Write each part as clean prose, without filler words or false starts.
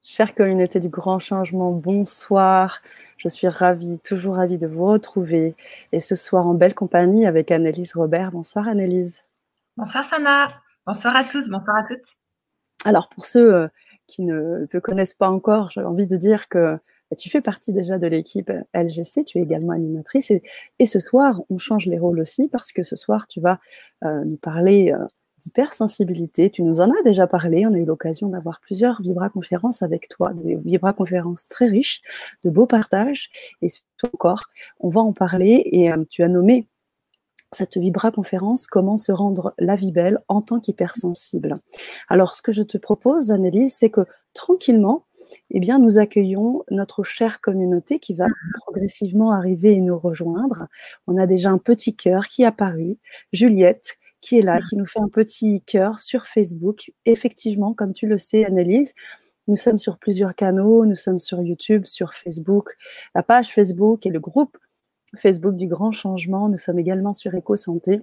Chère communauté du grand changement, bonsoir. Je suis ravie, toujours ravie de vous retrouver. Et ce soir en belle compagnie avec Annelise Robert. Bonsoir Annelise. Bonsoir Sana, bonsoir à tous, bonsoir à toutes. Alors pour ceux qui ne te connaissent pas encore, j'ai envie de dire que tu fais partie déjà de l'équipe LGC, tu es également animatrice. Et ce soir, on change les rôles aussi parce que ce soir, tu vas nous parler d'hypersensibilité. Tu nous en as déjà parlé, on a eu l'occasion d'avoir plusieurs vibraconférences avec toi, des vibraconférences très riches, de beaux partages. Et surtout encore, on va en parler et tu as nommé cette vibraconférence, comment se rendre la vie belle en tant qu'hypersensible. Alors, ce que je te propose, Annelise, c'est que tranquillement, eh bien, nous accueillons notre chère communauté qui va progressivement arriver et nous rejoindre. On a déjà un petit cœur qui est apparu, Juliette, qui est là, qui nous fait un petit cœur sur Facebook. Effectivement, comme tu le sais, Annelise, nous sommes sur plusieurs canaux, nous sommes sur YouTube, sur Facebook, la page Facebook et le groupe Facebook du Grand Changement. Nous sommes également sur EcoSanté.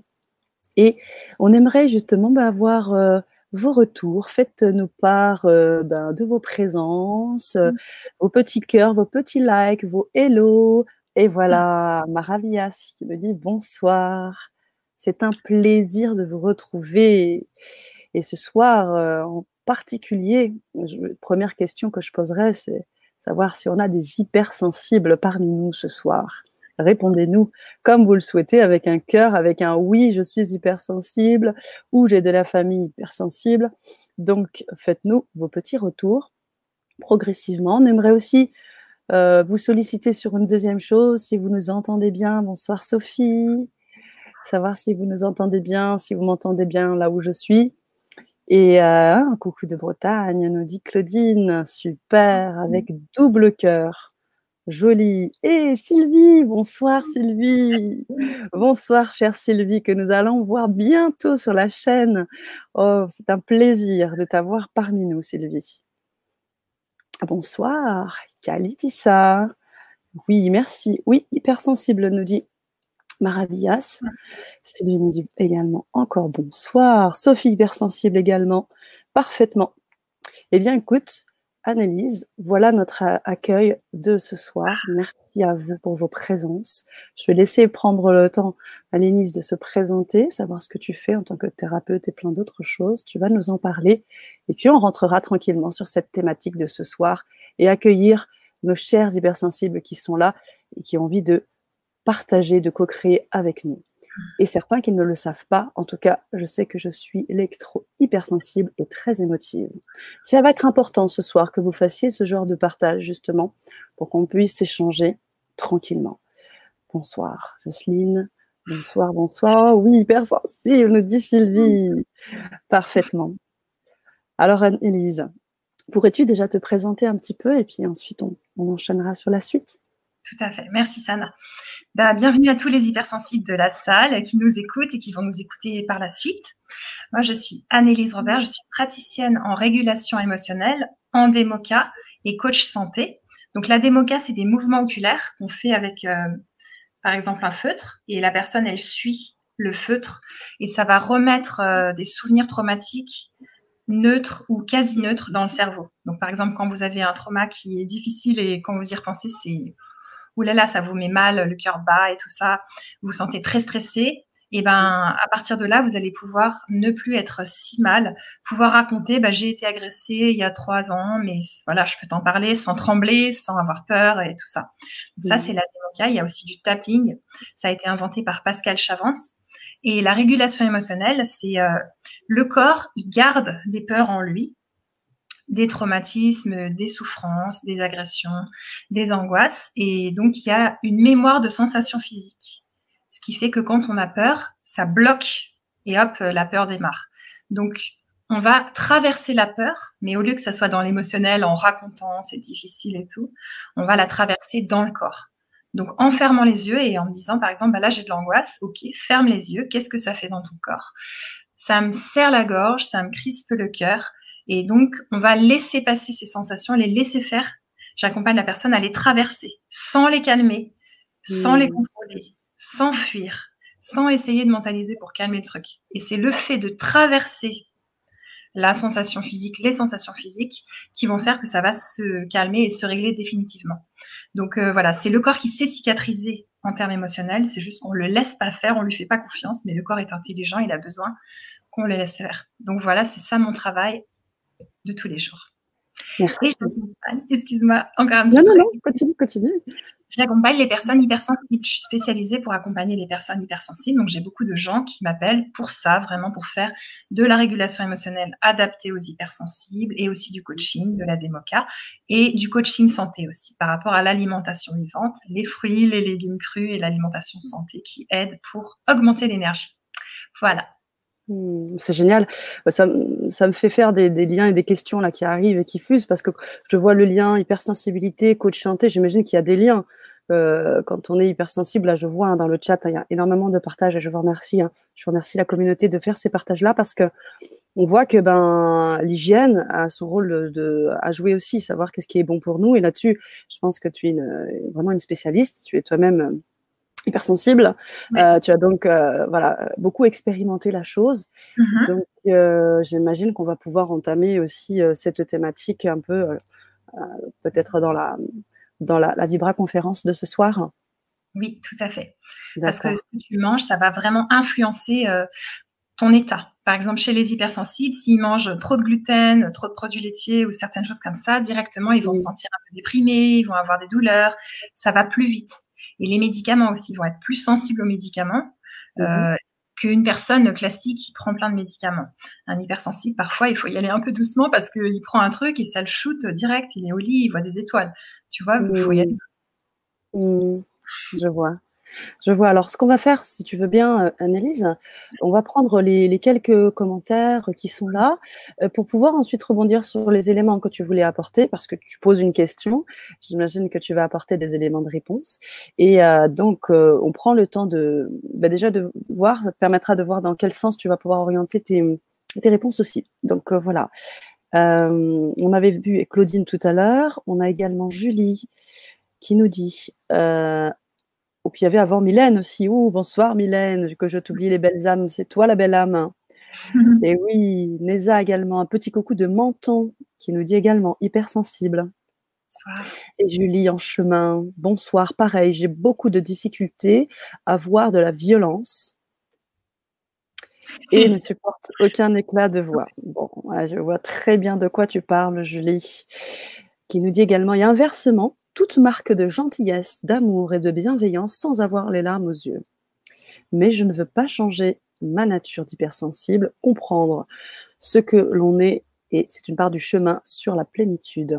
Et on aimerait justement avoir vos retours. Faites-nous part de vos présences, vos petits cœurs, vos petits likes, vos hello. Et voilà, Maravillas qui me dit bonsoir. C'est un plaisir de vous retrouver. Et ce soir, en particulier, première question que je poserais, c'est savoir si on a des hypersensibles parmi nous ce soir. Répondez-nous comme vous le souhaitez, avec un cœur, avec un oui, je suis hypersensible, ou j'ai de la famille hypersensible. Donc, faites-nous vos petits retours progressivement. On aimerait aussi vous solliciter sur une deuxième chose, si vous nous entendez bien. Bonsoir Sophie. Savoir si vous nous entendez bien, si vous m'entendez bien là où je suis. Et un coucou de Bretagne, nous dit Claudine. Super, avec double cœur. Joli. Et Sylvie, bonsoir Sylvie. Bonsoir chère Sylvie, que nous allons voir bientôt sur la chaîne. Oh, c'est un plaisir de t'avoir parmi nous Sylvie. Bonsoir, Kalitissa. Oui, merci. Oui, hypersensible, nous dit Maravillas. Sylvie nous dit également encore bonsoir. Sophie, hypersensible également. Parfaitement. Eh bien, écoute, Annelise, voilà notre accueil de ce soir. Merci à vous pour vos présences. Je vais laisser prendre le temps à Annelise de se présenter, savoir ce que tu fais en tant que thérapeute et plein d'autres choses. Tu vas nous en parler. Et puis, on rentrera tranquillement sur cette thématique de ce soir et accueillir nos chers hypersensibles qui sont là et qui ont envie de partager, de co-créer avec nous. Et certains qui ne le savent pas, en tout cas, je sais que je suis électro-hypersensible et très émotive. Ça va être important ce soir que vous fassiez ce genre de partage, justement, pour qu'on puisse échanger tranquillement. Bonsoir, Jocelyne. Bonsoir, bonsoir. Oui, hypersensible, nous dit Sylvie. Parfaitement. Alors, Anne-Élise, pourrais-tu déjà te présenter un petit peu et puis ensuite on enchaînera sur la suite? Tout à fait. Merci Sana. Bienvenue à tous les hypersensibles de la salle qui nous écoutent et qui vont nous écouter par la suite. Moi, je suis Annelise Robert, je suis praticienne en régulation émotionnelle, en démoca et coach santé. Donc la démoca, c'est des mouvements oculaires qu'on fait avec, par exemple, un feutre et la personne, elle suit le feutre et ça va remettre des souvenirs traumatiques neutres ou quasi neutres dans le cerveau. Donc par exemple, quand vous avez un trauma qui est difficile et quand vous y repensez, c'est ouh là là, ça vous met mal, le cœur bat et tout ça, vous vous sentez très stressé, et à partir de là, vous allez pouvoir ne plus être si mal, pouvoir raconter, j'ai été agressée il y a 3 ans, mais voilà, je peux t'en parler sans trembler, sans avoir peur et tout ça. Donc ça, c'est la démoca. Il y a aussi du tapping. Ça a été inventé par Pascal Chavance. Et la régulation émotionnelle, c'est le corps, il garde des peurs en lui, des traumatismes, des souffrances, des agressions, des angoisses. Et donc, il y a une mémoire de sensations physiques. Ce qui fait que quand on a peur, ça bloque et hop, la peur démarre. Donc, on va traverser la peur, mais au lieu que ça soit dans l'émotionnel, en racontant, c'est difficile et tout, on va la traverser dans le corps. Donc, en fermant les yeux et en me disant, par exemple, là, j'ai de l'angoisse, ok, ferme les yeux, qu'est-ce que ça fait dans ton corps? Ça me serre la gorge, ça me crispe le cœur. Et donc, on va laisser passer ces sensations, les laisser faire. J'accompagne la personne à les traverser, sans les calmer, sans les contrôler, sans fuir, sans essayer de mentaliser pour calmer le truc. Et c'est le fait de traverser la sensation physique, les sensations physiques qui vont faire que ça va se calmer et se régler définitivement. Donc voilà, c'est le corps qui sait cicatriser en termes émotionnels, c'est juste qu'on le laisse pas faire, on lui fait pas confiance, mais le corps est intelligent, il a besoin qu'on le laisse faire. Donc voilà, c'est ça mon travail de tous les jours. Merci. Et j'accompagne, excuse-moi, encore un petit Non, peu. non, non, continue. J'accompagne les personnes hypersensibles. Je suis spécialisée pour accompagner les personnes hypersensibles. Donc, j'ai beaucoup de gens qui m'appellent pour ça, vraiment pour faire de la régulation émotionnelle adaptée aux hypersensibles et aussi du coaching, de la démoca et du coaching santé aussi par rapport à l'alimentation vivante, les fruits, les légumes crus et l'alimentation santé qui aident pour augmenter l'énergie. Voilà. C'est génial. Ça me fait faire des liens et des questions là qui arrivent et qui fusent parce que je vois le lien hypersensibilité, coach santé. J'imagine qu'il y a des liens. Quand on est hypersensible, là, je vois dans le chat, il y a énormément de partages et je vous remercie. Je remercie la communauté de faire ces partages-là parce que on voit que l'hygiène a son rôle à jouer aussi, savoir qu'est-ce qui est bon pour nous. Et là-dessus, je pense que tu es vraiment une spécialiste. Tu es toi-même hypersensible. Ouais. Tu as donc beaucoup expérimenté la chose. Donc, j'imagine qu'on va pouvoir entamer aussi cette thématique un peu peut-être dans la Vibra conférence de ce soir. Oui, tout à fait. Parce que ce que tu manges, ça va vraiment influencer ton état. Par exemple, chez les hypersensibles, s'ils mangent trop de gluten, trop de produits laitiers ou certaines choses comme ça, directement, ils vont se sentir un peu déprimés, ils vont avoir des douleurs, ça va plus vite. Et les médicaments aussi vont être plus sensibles aux médicaments qu'une personne classique qui prend plein de médicaments. Un hypersensible, parfois, il faut y aller un peu doucement parce qu'il prend un truc et ça le shoot direct, il est au lit, il voit des étoiles. Tu vois, il faut y aller doucement. Je vois. Alors, ce qu'on va faire, si tu veux bien, Annelise, on va prendre les quelques commentaires qui sont là pour pouvoir ensuite rebondir sur les éléments que tu voulais apporter parce que tu poses une question. J'imagine que tu vas apporter des éléments de réponse. Et donc, on prend le temps déjà de voir, ça te permettra de voir dans quel sens tu vas pouvoir orienter tes réponses aussi. Donc, voilà. On avait vu Claudine tout à l'heure. On a également Julie qui nous dit... Et puis il y avait avant Mylène aussi. Bonsoir Mylène, que je t'oublie les belles âmes, c'est toi la belle âme. Et oui, Neza également, un petit coucou de Menton qui nous dit également hypersensible. Bonsoir. Et Julie en chemin, bonsoir, pareil, j'ai beaucoup de difficultés à voir de la violence et ne supporte aucun éclat de voix. Bon, je vois très bien de quoi tu parles, Julie. Qui nous dit également, et inversement, toute marque de gentillesse, d'amour et de bienveillance sans avoir les larmes aux yeux. Mais je ne veux pas changer ma nature d'hypersensible, comprendre ce que l'on est, et c'est une part du chemin sur la plénitude.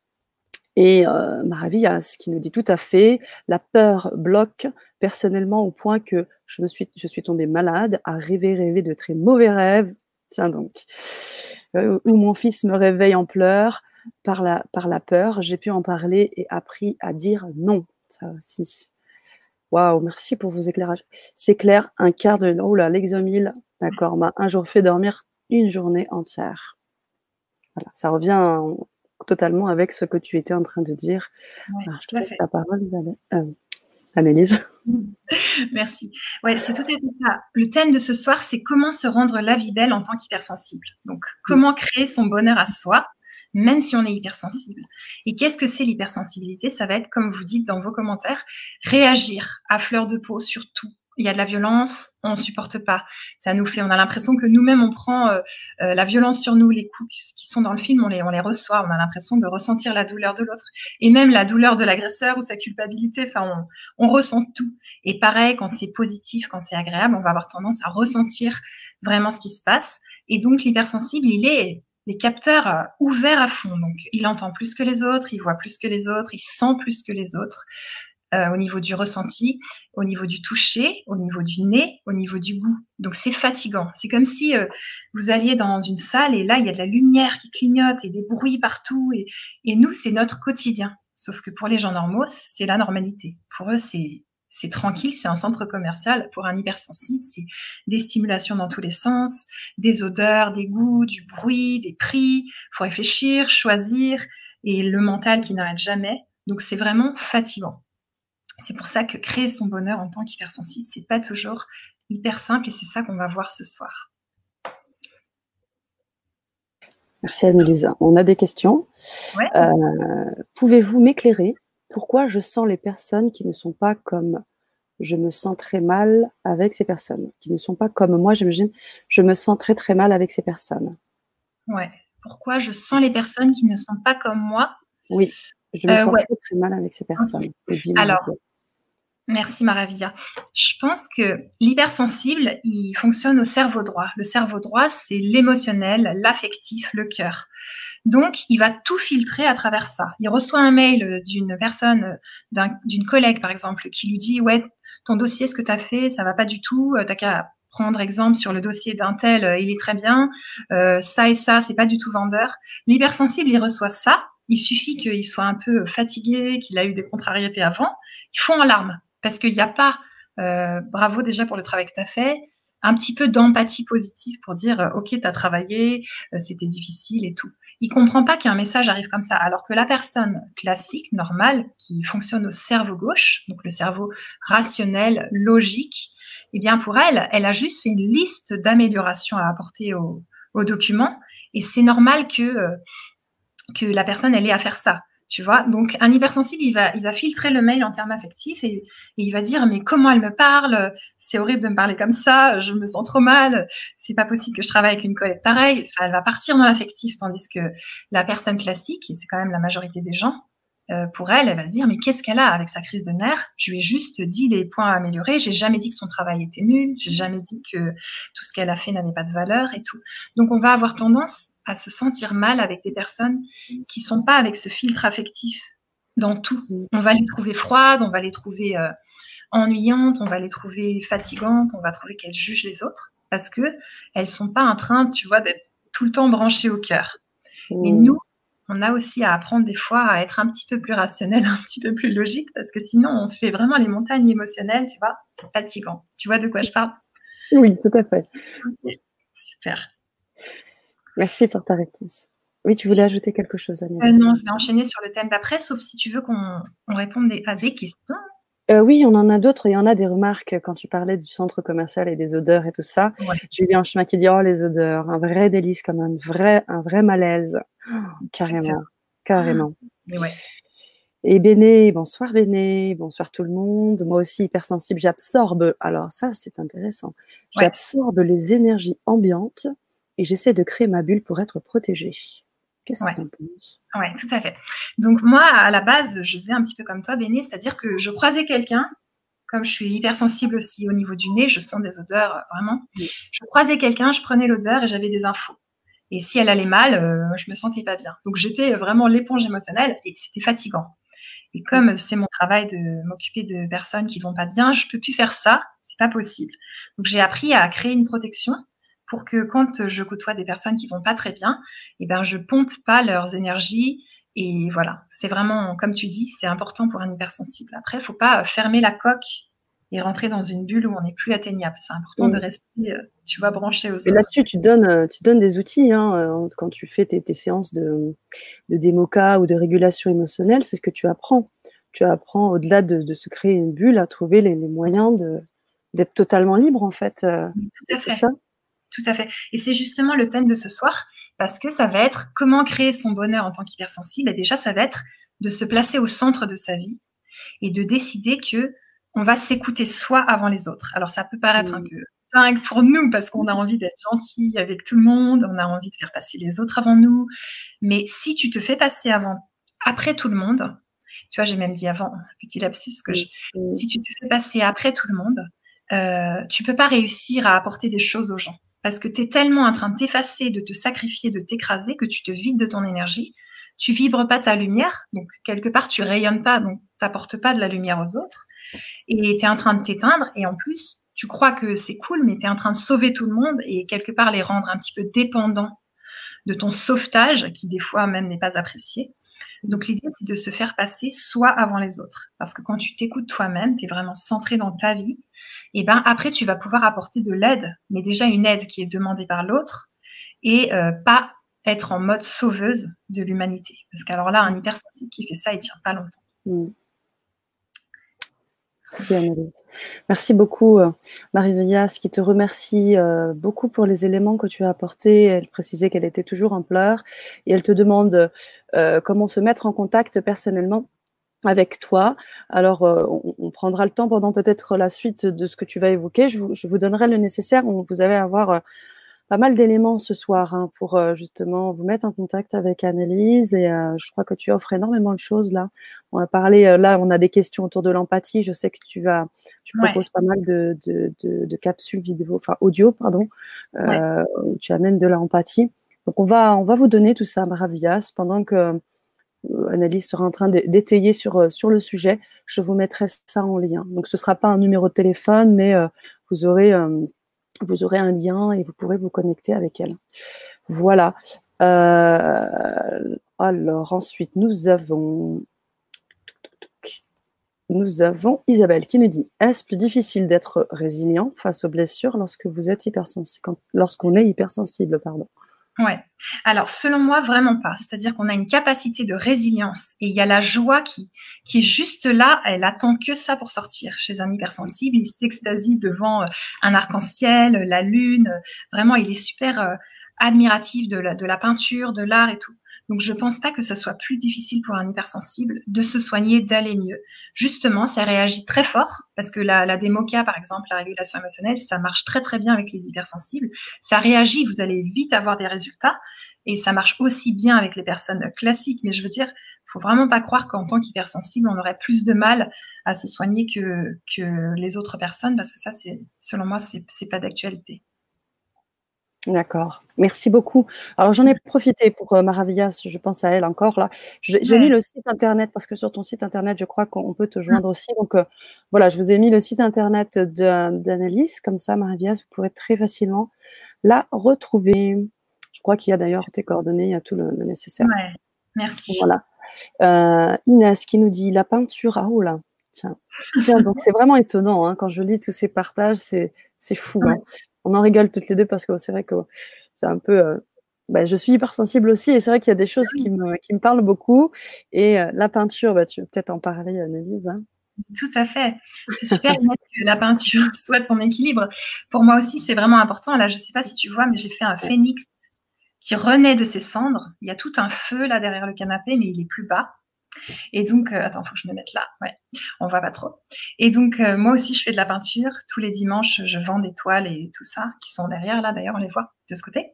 Et Maravillas qui nous dit tout à fait, la peur bloque personnellement au point que je suis tombée malade à rêver de très mauvais rêves, tiens donc, où mon fils me réveille en pleurs par la peur. J'ai pu en parler et appris à dire non, ça aussi. Waouh, merci pour vos éclairages. C'est clair, un quart de... Oh là, l'exomile, d'accord, m'a un jour fait dormir une journée entière. Voilà, ça revient totalement avec ce que tu étais en train de dire. Ouais, alors, je te laisse la parole, Annelise. Merci. Ouais, c'est tout à fait ça. Le thème de ce soir, c'est comment se rendre la vie belle en tant qu'hypersensible. Donc, comment créer son bonheur à soi, même si on est hypersensible. Et qu'est-ce que c'est l'hypersensibilité? Ça va être, comme vous dites dans vos commentaires, réagir à fleur de peau sur tout. Il y a de la violence, on ne supporte pas. Ça nous fait, on a l'impression que nous-mêmes, on prend la violence sur nous, les coups qui sont dans le film, on les reçoit. On a l'impression de ressentir la douleur de l'autre. Et même la douleur de l'agresseur ou sa culpabilité. Enfin, on ressent tout. Et pareil, quand c'est positif, quand c'est agréable, on va avoir tendance à ressentir vraiment ce qui se passe. Et donc, l'hypersensible, il est les capteurs ouverts à fond. Donc, il entend plus que les autres, il voit plus que les autres, il sent plus que les autres. Au niveau du ressenti, au niveau du toucher, au niveau du nez, au niveau du goût. Donc, c'est fatigant. C'est comme si vous alliez dans une salle et là, il y a de la lumière qui clignote et des bruits partout. Et nous, c'est notre quotidien. Sauf que pour les gens normaux, c'est la normalité. Pour eux, c'est tranquille, c'est un centre commercial. Pour un hypersensible, c'est des stimulations dans tous les sens, des odeurs, des goûts, du bruit, des prix. Il faut réfléchir, choisir et le mental qui n'arrête jamais. Donc, c'est vraiment fatigant. C'est pour ça que créer son bonheur en tant qu'hypersensible, c'est pas toujours hyper simple et c'est ça qu'on va voir ce soir. Merci Annelise. On a des questions. Ouais. Pouvez-vous m'éclairer pourquoi je sens les personnes qui ne sont pas comme je me sens très mal avec ces personnes, qui ne sont pas comme moi, j'imagine, je me sens très très mal avec ces personnes. Ouais. Pourquoi je sens les personnes qui ne sont pas comme moi? Oui, je me sens Ouais. très très mal avec ces personnes. Okay. Alors, merci Maravilla. Je pense que l'hypersensible, il fonctionne au cerveau droit. Le cerveau droit, c'est l'émotionnel, l'affectif, le cœur. Donc, il va tout filtrer à travers ça. Il reçoit un mail d'une personne, d'une collègue par exemple, qui lui dit « Ouais, ton dossier, ce que tu as fait, ça va pas du tout. T'as qu'à prendre exemple sur le dossier d'un tel, il est très bien. Ça et ça, c'est pas du tout vendeur. » L'hypersensible, il reçoit ça. Il suffit qu'il soit un peu fatigué, qu'il a eu des contrariétés avant. Il fond en larmes parce qu'il n'y a pas, bravo déjà pour le travail que tu as fait, un petit peu d'empathie positive pour dire « Ok, tu as travaillé, c'était difficile et tout ». Il comprend pas qu'un message arrive comme ça, alors que la personne classique, normale, qui fonctionne au cerveau gauche, donc le cerveau rationnel, logique, eh bien pour elle, elle a juste fait une liste d'améliorations à apporter au document, et c'est normal que la personne elle ait à faire ça. Tu vois, donc un hypersensible, il va filtrer le mail en termes affectifs et il va dire mais comment elle me parle, c'est horrible de me parler comme ça, je me sens trop mal, c'est pas possible que je travaille avec une collègue pareille. Enfin, elle va partir dans l'affectif, tandis que la personne classique, et c'est quand même la majorité des gens, pour elle, elle va se dire mais qu'est-ce qu'elle a avec sa crise de nerfs? Je lui ai juste dit les points à améliorer, j'ai jamais dit que son travail était nul, j'ai jamais dit que tout ce qu'elle a fait n'avait pas de valeur et tout. Donc on va avoir tendance à se sentir mal avec des personnes qui sont pas avec ce filtre affectif dans tout. On va les trouver froides, on va les trouver ennuyantes, on va les trouver fatigantes, on va trouver qu'elles jugent les autres parce que elles sont pas en train, tu vois, d'être tout le temps branchées au cœur. Mais nous, on a aussi à apprendre des fois à être un petit peu plus rationnel, un petit peu plus logique, parce que sinon, on fait vraiment les montagnes émotionnelles, tu vois, fatigant. Tu vois de quoi je parle? Oui, tout à fait. Super. Merci pour ta réponse. Oui, tu voulais ajouter quelque chose, Annelise? Non, je vais enchaîner sur le thème d'après, sauf si tu veux qu'on réponde à des questions. Oui, on en a d'autres. Il y en a des remarques quand tu parlais du centre commercial et des odeurs et tout ça. Ouais. J'ai eu un chemin qui dit « Oh, les odeurs, un vrai délice, comme un vrai malaise. Oh, » Carrément, carrément. Ouais. Et Béné, bonsoir Béné, bonsoir tout le monde. Moi aussi, hypersensible, j'absorbe. Alors ça, c'est intéressant. J'absorbe les énergies ambiantes et j'essaie de créer ma bulle pour être protégée. Qu'est-ce que tu en penses? Oui, tout à fait. Donc moi, à la base, je faisais un petit peu comme toi, Béné, c'est-à-dire que je croisais quelqu'un, comme je suis hypersensible aussi au niveau du nez, je sens des odeurs, vraiment. Je croisais quelqu'un, je prenais l'odeur et j'avais des infos. Et si elle allait mal, je me sentais pas bien. Donc j'étais vraiment l'éponge émotionnelle et c'était fatigant. Et comme c'est mon travail de m'occuper de personnes qui vont pas bien, je peux plus faire ça, c'est pas possible. Donc j'ai appris à créer une protection pour que quand je côtoie des personnes qui vont pas très bien, eh ben je pompe pas leurs énergies. Et voilà, c'est vraiment, comme tu dis, c'est important pour un hypersensible. Après, faut pas fermer la coque et rentrer dans une bulle où on n'est plus atteignable. C'est important de rester, tu vois, branché aux autres. Et là-dessus, tu donnes des outils quand tu fais tes séances de démoca ou de régulation émotionnelle, c'est ce que tu apprends. Tu apprends, au-delà de se créer une bulle, à trouver les moyens d'être totalement libre, en fait. Tout à fait. Ça. Tout à fait. Et c'est justement le thème de ce soir, parce que ça va être comment créer son bonheur en tant qu'hypersensible. Et déjà, ça va être de se placer au centre de sa vie et de décider que on va s'écouter soi avant les autres. Alors, ça peut paraître un peu dingue pour nous parce qu'on a envie d'être gentil avec tout le monde, on a envie de faire passer les autres avant nous. Mais si tu te fais passer après tout le monde, tu vois, j'ai même dit avant, petit lapsus si tu te fais passer après tout le monde, tu peux pas réussir à apporter des choses aux gens. Parce que tu es tellement en train de t'effacer, de te sacrifier, de t'écraser, que tu te vides de ton énergie. Tu vibres pas ta lumière, donc quelque part tu rayonnes pas, donc t'apportes pas de la lumière aux autres. Et tu es en train de t'éteindre, et en plus, tu crois que c'est cool, mais tu es en train de sauver tout le monde et quelque part les rendre un petit peu dépendants de ton sauvetage, qui des fois même n'est pas apprécié. Donc l'idée, c'est de se faire passer soi avant les autres. Parce que quand tu t'écoutes toi-même, tu es vraiment centré dans ta vie, et ben après, tu vas pouvoir apporter de l'aide, mais déjà une aide qui est demandée par l'autre, et pas être en mode sauveuse de l'humanité. Parce qu'alors là, un hypersensible qui fait ça, il tient pas longtemps. Merci Annelise. Merci beaucoup Marie-Vélias, qui te remercie beaucoup pour les éléments que tu as apportés. Elle précisait qu'elle était toujours en pleurs et elle te demande comment se mettre en contact personnellement avec toi. Alors, on prendra le temps pendant peut-être la suite de ce que tu vas évoquer. Je vous donnerai le nécessaire. Vous allez avoir pas mal d'éléments ce soir pour justement vous mettre en contact avec Annelise. Et je crois que tu offres énormément de choses là. On va parler, là, on a des questions autour de l'empathie. Je sais que tu proposes pas mal de capsules vidéo, enfin audio, pardon, où tu amènes de l'empathie. Donc, on va vous donner tout ça, Maravillas, pendant que Annelise sera en train d'étayer sur le sujet. Je vous mettrai ça en lien. Donc, ce ne sera pas un numéro de téléphone, mais vous aurez un lien et vous pourrez vous connecter avec elle. Voilà. Alors, ensuite, nous avons Isabelle qui nous dit: est-ce plus difficile d'être résilient face aux blessures lorsqu'on est hypersensible, pardon? Ouais. Alors, selon moi, vraiment pas. C'est-à-dire qu'on a une capacité de résilience et il y a la joie qui est juste là. Elle attend que ça pour sortir. Chez un hypersensible, il s'extasie devant un arc-en-ciel, la lune. Vraiment, il est super admiratif de la peinture, de l'art et tout. Donc, je pense pas que ça soit plus difficile pour un hypersensible de se soigner, d'aller mieux. Justement, ça réagit très fort parce que la DMOCA, par exemple, la régulation émotionnelle, ça marche très, très bien avec les hypersensibles. Ça réagit, vous allez vite avoir des résultats et ça marche aussi bien avec les personnes classiques. Mais je veux dire, faut vraiment pas croire qu'en tant qu'hypersensible, on aurait plus de mal à se soigner que les autres personnes parce que ça, selon moi, c'est pas d'actualité. D'accord, merci beaucoup. Alors j'en ai profité pour Maravillas, je pense à elle encore là. J'ai mis le site internet parce que sur ton site internet, je crois qu'on peut te joindre aussi. Donc voilà, je vous ai mis le site internet d'Annelise, comme ça Maravillas, vous pourrez très facilement la retrouver. Je crois qu'il y a d'ailleurs tes coordonnées, il y a tout le nécessaire. Ouais, merci. Voilà. Inès qui nous dit la peinture. Ah oh là, tiens, donc c'est vraiment étonnant hein, quand je lis tous ces partages, c'est fou. Ouais. Hein. On en rigole toutes les deux parce que c'est vrai que c'est un peu. Je suis hypersensible aussi et c'est vrai qu'il y a des choses qui me parlent beaucoup. Et la peinture, tu veux peut-être en parler, Annelise. Hein. Tout à fait. C'est super que la peinture soit ton équilibre. Pour moi aussi, c'est vraiment important. Là, je ne sais pas si tu vois, mais j'ai fait un phénix qui renaît de ses cendres. Il y a tout un feu là derrière le canapé, mais il est plus bas. Et donc, attends, faut que je me mette là. Ouais, on voit pas trop. Et donc, moi aussi, je fais de la peinture. Tous les dimanches, je vends des toiles et tout ça, qui sont derrière là. D'ailleurs, on les voit de ce côté.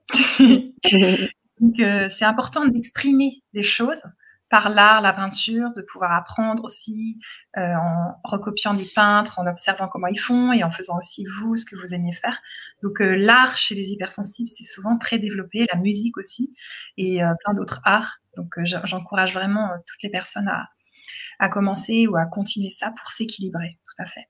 Donc, c'est important d'exprimer des choses par l'art, la peinture, de pouvoir apprendre aussi en recopiant des peintres, en observant comment ils font et en faisant aussi vous ce que vous aimez faire. Donc l'art chez les hypersensibles, c'est souvent très développé, la musique aussi et plein d'autres arts. Donc j'encourage vraiment toutes les personnes à commencer ou à continuer ça pour s'équilibrer, tout à fait.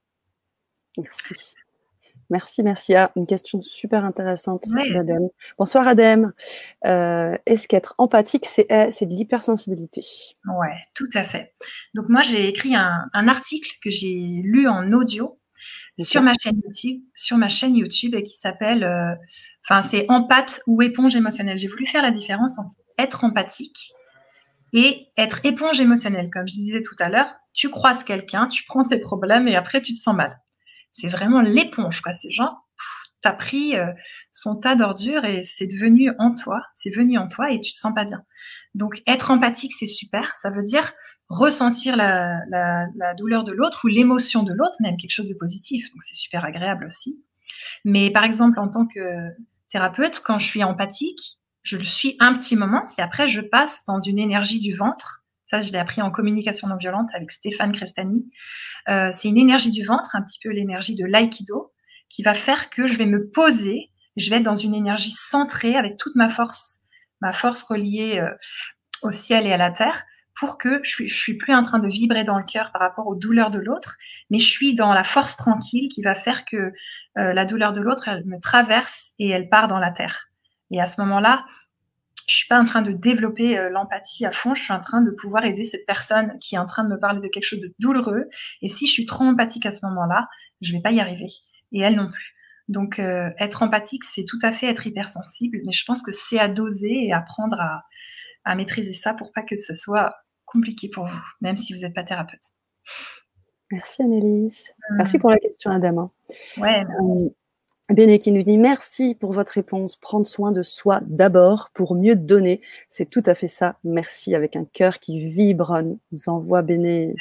Merci. Ah, une question super intéressante d'Adem. Bonsoir Adem. Est-ce qu'être empathique, c'est de l'hypersensibilité? Ouais, tout à fait. Donc moi, j'ai écrit un article que j'ai lu en audio sur ma chaîne YouTube et qui s'appelle, c'est empath ou éponge émotionnelle. J'ai voulu faire la différence entre être empathique et être éponge émotionnelle. Comme je disais tout à l'heure, tu croises quelqu'un, tu prends ses problèmes et après tu te sens mal. C'est vraiment l'éponge, quoi. C'est genre, t'as pris son tas d'ordures et c'est venu en toi et tu te sens pas bien. Donc, être empathique, c'est super. Ça veut dire ressentir la douleur de l'autre ou l'émotion de l'autre, même quelque chose de positif. Donc, c'est super agréable aussi. Mais par exemple, en tant que thérapeute, quand je suis empathique, je le suis un petit moment, puis après, je passe dans une énergie du ventre. Ça, je l'ai appris en communication non violente avec Stéphane Crestani. C'est une énergie du ventre, un petit peu l'énergie de l'aïkido, qui va faire que je vais me poser, je vais être dans une énergie centrée avec toute ma force reliée au ciel et à la terre, pour que je suis plus en train de vibrer dans le cœur par rapport aux douleurs de l'autre, mais je suis dans la force tranquille qui va faire que la douleur de l'autre, elle me traverse et elle part dans la terre. Et à ce moment-là, je suis pas en train de développer l'empathie à fond, je suis en train de pouvoir aider cette personne qui est en train de me parler de quelque chose de douloureux. Et si je suis trop empathique à ce moment-là, je vais pas y arriver. Et elle non plus. Donc, être empathique, c'est tout à fait être hypersensible, mais je pense que c'est à doser et apprendre à maîtriser ça pour pas que ce soit compliqué pour vous, même si vous n'êtes pas thérapeute. Merci Annelise. Merci pour la question Adama. Ouais. Béné qui nous dit merci pour votre réponse. Prendre soin de soi d'abord pour mieux donner. C'est tout à fait ça. Merci avec un cœur qui vibre. Nous envoie Béné.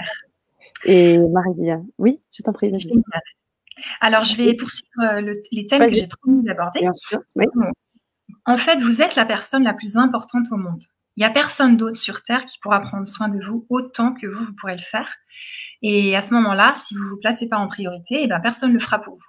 Et Marie-Liane. Oui, je t'en prie. Génial. Alors, je vais poursuivre les thèmes que j'ai promis d'aborder. Bien sûr, oui. En fait, vous êtes la personne la plus importante au monde. Il n'y a personne d'autre sur Terre qui pourra prendre soin de vous autant que vous pourrez le faire. Et à ce moment-là, si vous ne vous placez pas en priorité, eh ben, personne ne le fera pour vous.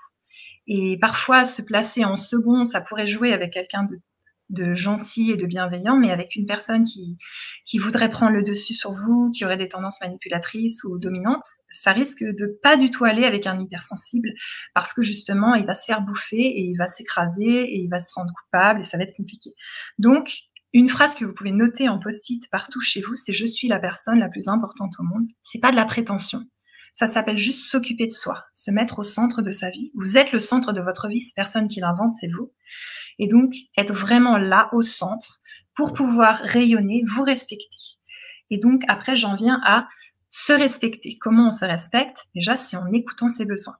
Et parfois, se placer en second, ça pourrait jouer avec quelqu'un de gentil et de bienveillant, mais avec une personne qui voudrait prendre le dessus sur vous, qui aurait des tendances manipulatrices ou dominantes, ça risque de pas du tout aller avec un hypersensible parce que justement, il va se faire bouffer et il va s'écraser et il va se rendre coupable et ça va être compliqué. Donc, une phrase que vous pouvez noter en post-it partout chez vous, c'est « Je suis la personne la plus importante au monde ». C'est pas de la prétention. Ça s'appelle juste s'occuper de soi, se mettre au centre de sa vie. Vous êtes le centre de votre vie, c'est personne qui l'invente, c'est vous. Et donc, être vraiment là, au centre, pour pouvoir rayonner, vous respecter. Et donc, après, j'en viens à se respecter. Comment on se respecte? Déjà, c'est en écoutant ses besoins.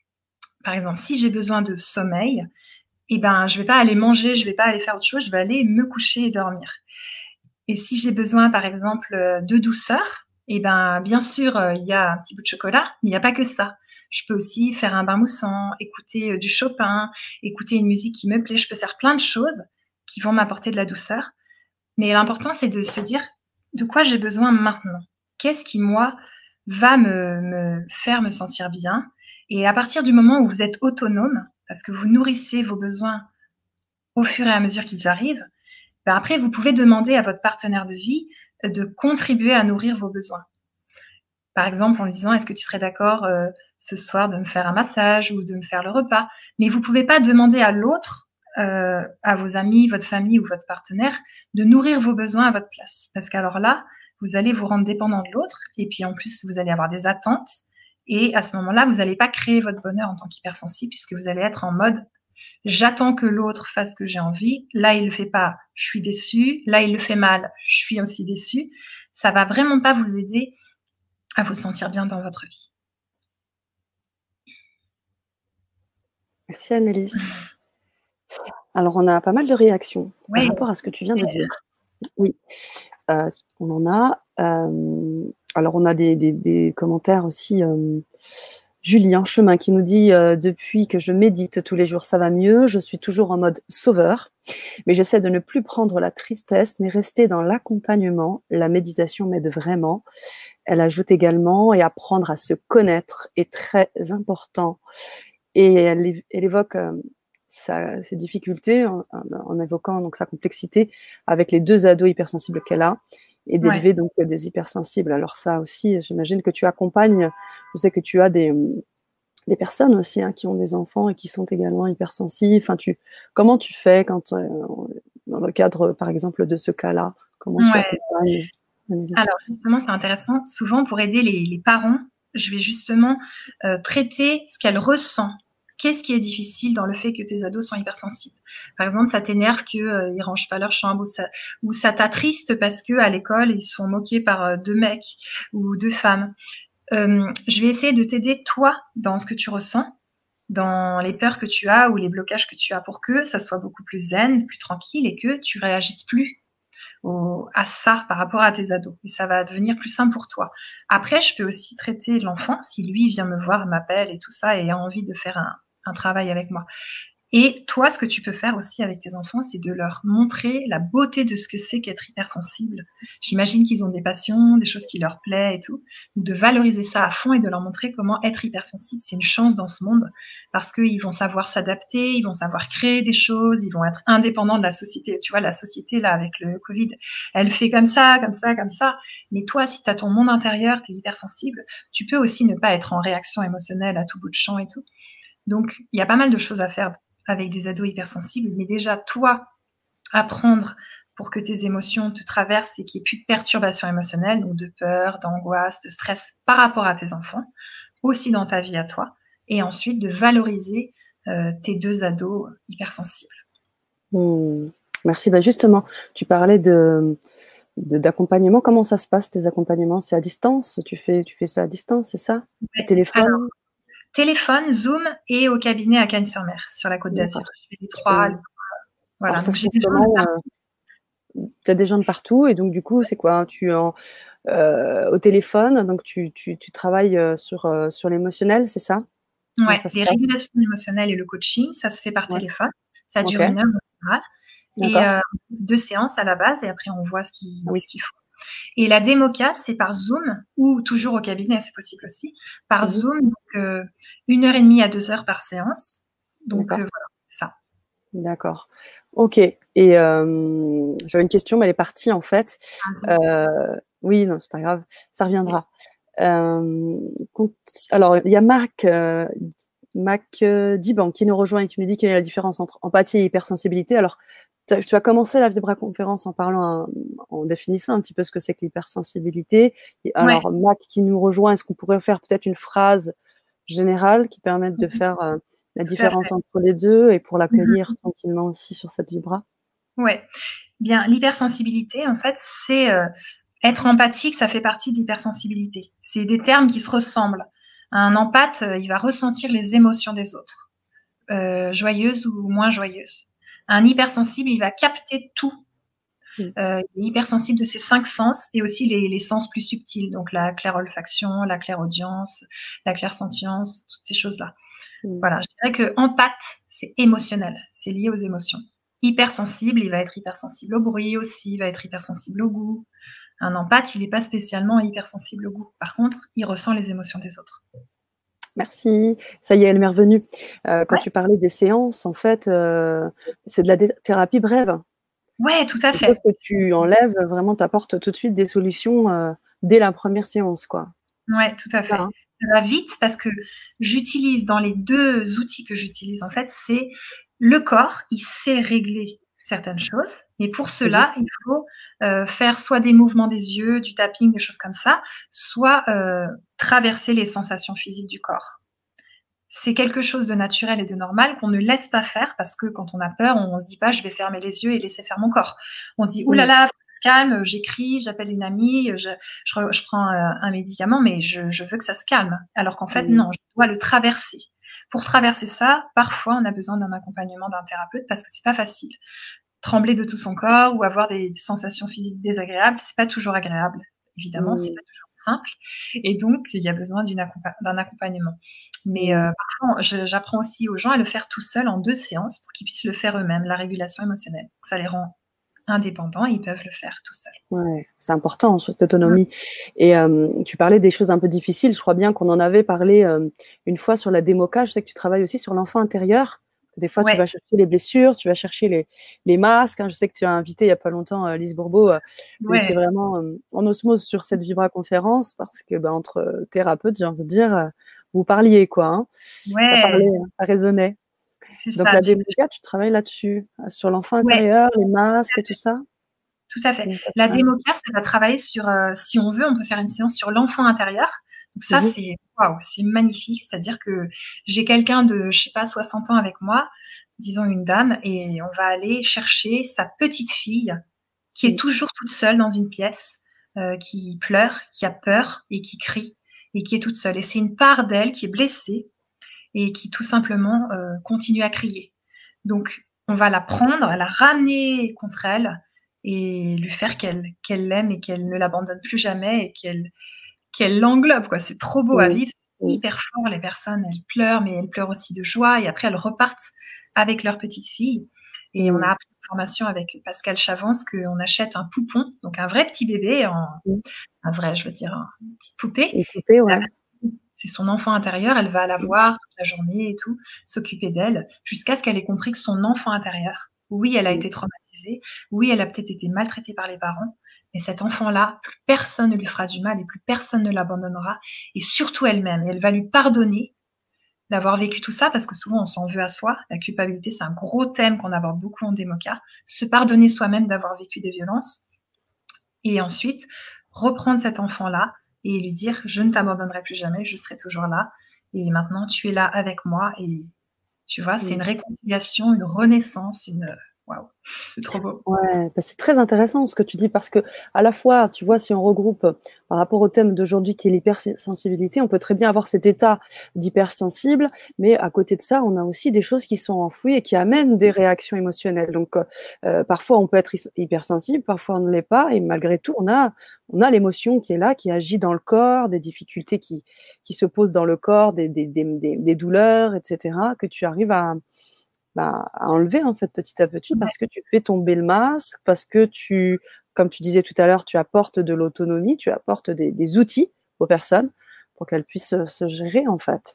Par exemple, si j'ai besoin de sommeil, eh ben, je vais pas aller manger, je vais pas aller faire autre chose, je vais aller me coucher et dormir. Et si j'ai besoin, par exemple, de douceur, eh ben, bien sûr, il y a un petit bout de chocolat, mais il n'y a pas que ça. Je peux aussi faire un bain moussant, écouter du Chopin, écouter une musique qui me plaît. Je peux faire plein de choses qui vont m'apporter de la douceur. Mais l'important, c'est de se dire de quoi j'ai besoin maintenant. Qu'est-ce qui, moi, va me faire me sentir bien? Et à partir du moment où vous êtes autonome, parce que vous nourrissez vos besoins au fur et à mesure qu'ils arrivent, ben après, vous pouvez demander à votre partenaire de vie de contribuer à nourrir vos besoins. Par exemple, en lui disant, est-ce que tu serais d'accord ce soir de me faire un massage ou de me faire le repas? Mais vous ne pouvez pas demander à l'autre, à vos amis, votre famille ou votre partenaire, de nourrir vos besoins à votre place. Parce qu'alors là, vous allez vous rendre dépendant de l'autre et puis en plus, vous allez avoir des attentes. Et à ce moment-là, vous n'allez pas créer votre bonheur en tant qu'hypersensible puisque vous allez être en mode j'attends que l'autre fasse ce que j'ai envie. Là, il le fait pas, je suis déçue. Là, il le fait mal, je suis aussi déçue. Ça va vraiment pas vous aider à vous sentir bien dans votre vie. Merci Annelise. Alors, on a pas mal de réactions par rapport à ce que tu viens de dire. Oui, on en a. Alors, on a des commentaires aussi. Julien Chemin qui nous dit depuis que je médite tous les jours, ça va mieux. Je suis toujours en mode sauveur, mais j'essaie de ne plus prendre la tristesse, mais rester dans l'accompagnement. La méditation m'aide vraiment. Elle ajoute également et apprendre à se connaître est très important. Et elle évoque ses difficultés en évoquant donc sa complexité avec les 2 ados hypersensibles qu'elle a. Et d'élever donc des hypersensibles. Alors ça aussi, j'imagine que tu accompagnes, je sais que tu as des personnes aussi qui ont des enfants et qui sont également hypersensibles. Enfin, comment tu fais quand, dans le cadre, par exemple, de ce cas-là, comment tu accompagnes? Alors justement, c'est intéressant. Souvent, pour aider les parents, je vais justement traiter ce qu'elle ressent. Qu'est-ce qui est difficile dans le fait que tes ados sont hypersensibles? Par exemple, ça t'énerve qu'ils ne rangent pas leur chambre ou ça t'attriste parce qu'à l'école, ils se font moquer par 2 mecs ou 2 femmes. Je vais essayer de t'aider, toi, dans ce que tu ressens, dans les peurs que tu as ou les blocages que tu as pour que ça soit beaucoup plus zen, plus tranquille et que tu réagisses plus à ça par rapport à tes ados. Et ça va devenir plus simple pour toi. Après, je peux aussi traiter l'enfant si lui vient me voir, m'appelle et tout ça et a envie de faire un travail avec moi. Et toi, ce que tu peux faire aussi avec tes enfants, c'est de leur montrer la beauté de ce que c'est qu'être hypersensible. J'imagine qu'ils ont des passions, des choses qui leur plaisent et tout. Donc, de valoriser ça à fond et de leur montrer comment être hypersensible, c'est une chance dans ce monde parce qu'ils vont savoir s'adapter, ils vont savoir créer des choses, ils vont être indépendants de la société. Tu vois, la société, là, avec le Covid, elle fait comme ça, comme ça, comme ça. Mais toi, si tu as ton monde intérieur, tu es hypersensible, tu peux aussi ne pas être en réaction émotionnelle à tout bout de champ et tout. Donc, il y a pas mal de choses à faire avec des ados hypersensibles, mais déjà, toi, apprendre pour que tes émotions te traversent et qu'il n'y ait plus de perturbations émotionnelles, donc de peur, d'angoisse, de stress par rapport à tes enfants, aussi dans ta vie à toi, et ensuite de valoriser tes 2 ados hypersensibles. Merci. Justement, tu parlais de d'accompagnement. Comment ça se passe, tes accompagnements? C'est à distance? Tu fais ça à distance, c'est ça? Ouais. Téléphone? Alors, téléphone, Zoom et au cabinet à Cagnes-sur-Mer, sur la Côte d'Azur. Je fais les trois. Voilà. Alors, ça Donc, se j'ai passe des gens de comment? partout. Tu as des gens de partout et donc du coup, c'est quoi? Tu es au téléphone, donc tu travailles sur l'émotionnel, c'est ça? Comment Ouais, ça se les passe? régulations émotionnelles et le coaching, ça se fait par Ouais. téléphone. Ça dure OK. 1 heure en général. Et D'accord. 2 séances à la base et après on voit ce Ah oui. qu'il faut. Et la démoca, c'est par Zoom ou toujours au cabinet, c'est possible aussi. Par Zoom, donc 1 heure et demie à 2 heures par séance. Donc D'accord. voilà, c'est ça. D'accord. OK. Et j'avais une question, mais elle est partie en fait. Oui, non, c'est pas grave, ça reviendra. Alors, il y a Mac Diban qui nous rejoint et qui nous dit quelle est la différence entre empathie et hypersensibilité. Alors, tu as commencé la vibra-conférence en définissant un petit peu ce que c'est que l'hypersensibilité. Alors, Mac qui nous rejoint, est-ce qu'on pourrait faire peut-être une phrase générale qui permette de faire la différence entre les deux et pour l'accueillir tranquillement aussi sur cette vibra? Ouais. Bien, l'hypersensibilité, en fait, c'est être empathique, ça fait partie de l'hypersensibilité. C'est des termes qui se ressemblent. Un empathe, il va ressentir les émotions des autres, joyeuses ou moins joyeuses. Un hypersensible, il va capter tout. Il est hypersensible de ses 5 sens et aussi les sens plus subtils, donc la clairolfaction, la clairaudience, la clairsentience, toutes ces choses-là. Voilà, je dirais que empathe, c'est émotionnel, c'est lié aux émotions. Hypersensible, il va être hypersensible au bruit aussi, il va être hypersensible au goût. Un empathe, il n'est pas spécialement hypersensible au goût. Par contre, il ressent les émotions des autres. Merci. Ça y est, elle m'est revenue. Quand tu parlais des séances, en fait, c'est de la thérapie brève. Ouais, tout à Quelque chose fait. que tu enlèves, vraiment, tu apportes tout de suite des solutions dès la première séance, quoi. Ouais, tout à fait. Ça va vite parce que j'utilise dans les 2 outils que j'utilise, en fait, c'est le corps, il sait régler certaines choses. Et pour cela, il faut faire soit des mouvements des yeux, du tapping, des choses comme ça, soit traverser les sensations physiques du corps. C'est quelque chose de naturel et de normal qu'on ne laisse pas faire parce que quand on a peur, on se dit pas: «Je vais fermer les yeux et laisser faire mon corps». On se dit: «Ouh là là, faut que ça se calme, j'écris, j'appelle une amie, je prends un médicament, mais je veux que ça se calme». Alors qu'en fait, non, je dois le traverser. Pour traverser ça, parfois, on a besoin d'un accompagnement d'un thérapeute parce que c'est pas facile. Trembler de tout son corps ou avoir des sensations physiques désagréables, c'est pas toujours agréable. Évidemment, c'est pas toujours simple. Et donc, il y a besoin d'un accompagnement. Mais parfois, j'apprends aussi aux gens à le faire tout seuls en 2 séances pour qu'ils puissent le faire eux-mêmes, la régulation émotionnelle. Donc, ça les rend indépendants et ils peuvent le faire tout seuls. Ouais, c'est important, cette autonomie. Et tu parlais des choses un peu difficiles. Je crois bien qu'on en avait parlé une fois sur la démoca. Je sais que tu travailles aussi sur l'enfant intérieur. Des fois, tu vas chercher les blessures, tu vas chercher les masques. Je sais que tu as invité il n'y a pas longtemps Lise Bourbeau. Vous étiez vraiment en osmose sur cette vibra-conférence parce que entre thérapeutes, j'ai envie de dire, vous parliez, quoi. Hein. Ça parlait, ça résonnait. Donc, la démoca, tu travailles là-dessus, sur l'enfant intérieur, les masques et tout ça? Tout à fait. La démoca, ça va travailler sur, si on veut, on peut faire une séance sur l'enfant intérieur. Donc ça, c'est waouh, c'est magnifique. C'est-à-dire que j'ai quelqu'un de, je sais pas, 60 ans avec moi, disons une dame, et on va aller chercher sa petite fille qui est toujours toute seule dans une pièce, qui pleure, qui a peur et qui crie et qui est toute seule. Et c'est une part d'elle qui est blessée et qui tout simplement continue à crier. Donc, on va la prendre, la ramener contre elle et lui faire qu'elle l'aime et qu'elle ne l'abandonne plus jamais et qu'elle l'englobe, quoi. C'est trop beau à vivre, c'est hyper fort. Les personnes, elles pleurent, mais elles pleurent aussi de joie et après elles repartent avec leur petite fille. Et on a appris une formation avec Pascal Chavance qu'on achète un poupon, donc un vrai petit bébé, un vrai, je veux dire, une petite poupée. Une poupée, ouais. C'est son enfant intérieur, elle va la voir toute la journée et tout, s'occuper d'elle, jusqu'à ce qu'elle ait compris que son enfant intérieur, oui, elle a été traumatisée, oui, elle a peut-être été maltraitée par les parents, mais cet enfant-là, plus personne ne lui fera du mal et plus personne ne l'abandonnera, et surtout elle-même. Et elle va lui pardonner d'avoir vécu tout ça, parce que souvent on s'en veut à soi. La culpabilité, c'est un gros thème qu'on aborde beaucoup en démoca. Se pardonner soi-même d'avoir vécu des violences, et ensuite reprendre cet enfant-là et lui dire: je ne t'abandonnerai plus jamais, je serai toujours là, et maintenant tu es là avec moi. Et tu vois, c'est une réconciliation, une renaissance, Waouh, c'est trop beau. Ouais, bah, c'est très intéressant ce que tu dis parce que à la fois, tu vois, si on regroupe par rapport au thème d'aujourd'hui qui est l'hypersensibilité, on peut très bien avoir cet état d'hypersensible, mais à côté de ça, on a aussi des choses qui sont enfouies et qui amènent des réactions émotionnelles. Donc, parfois on peut être hypersensible, parfois on ne l'est pas, et malgré tout, on a l'émotion qui est là, qui agit dans le corps, des difficultés qui se posent dans le corps, des douleurs, etc., que tu arrives à enlever en fait petit à petit Ouais, parce que tu fais tomber le masque, parce que comme tu disais tout à l'heure, tu apportes de l'autonomie, tu apportes des outils aux personnes pour qu'elles puissent se gérer en fait.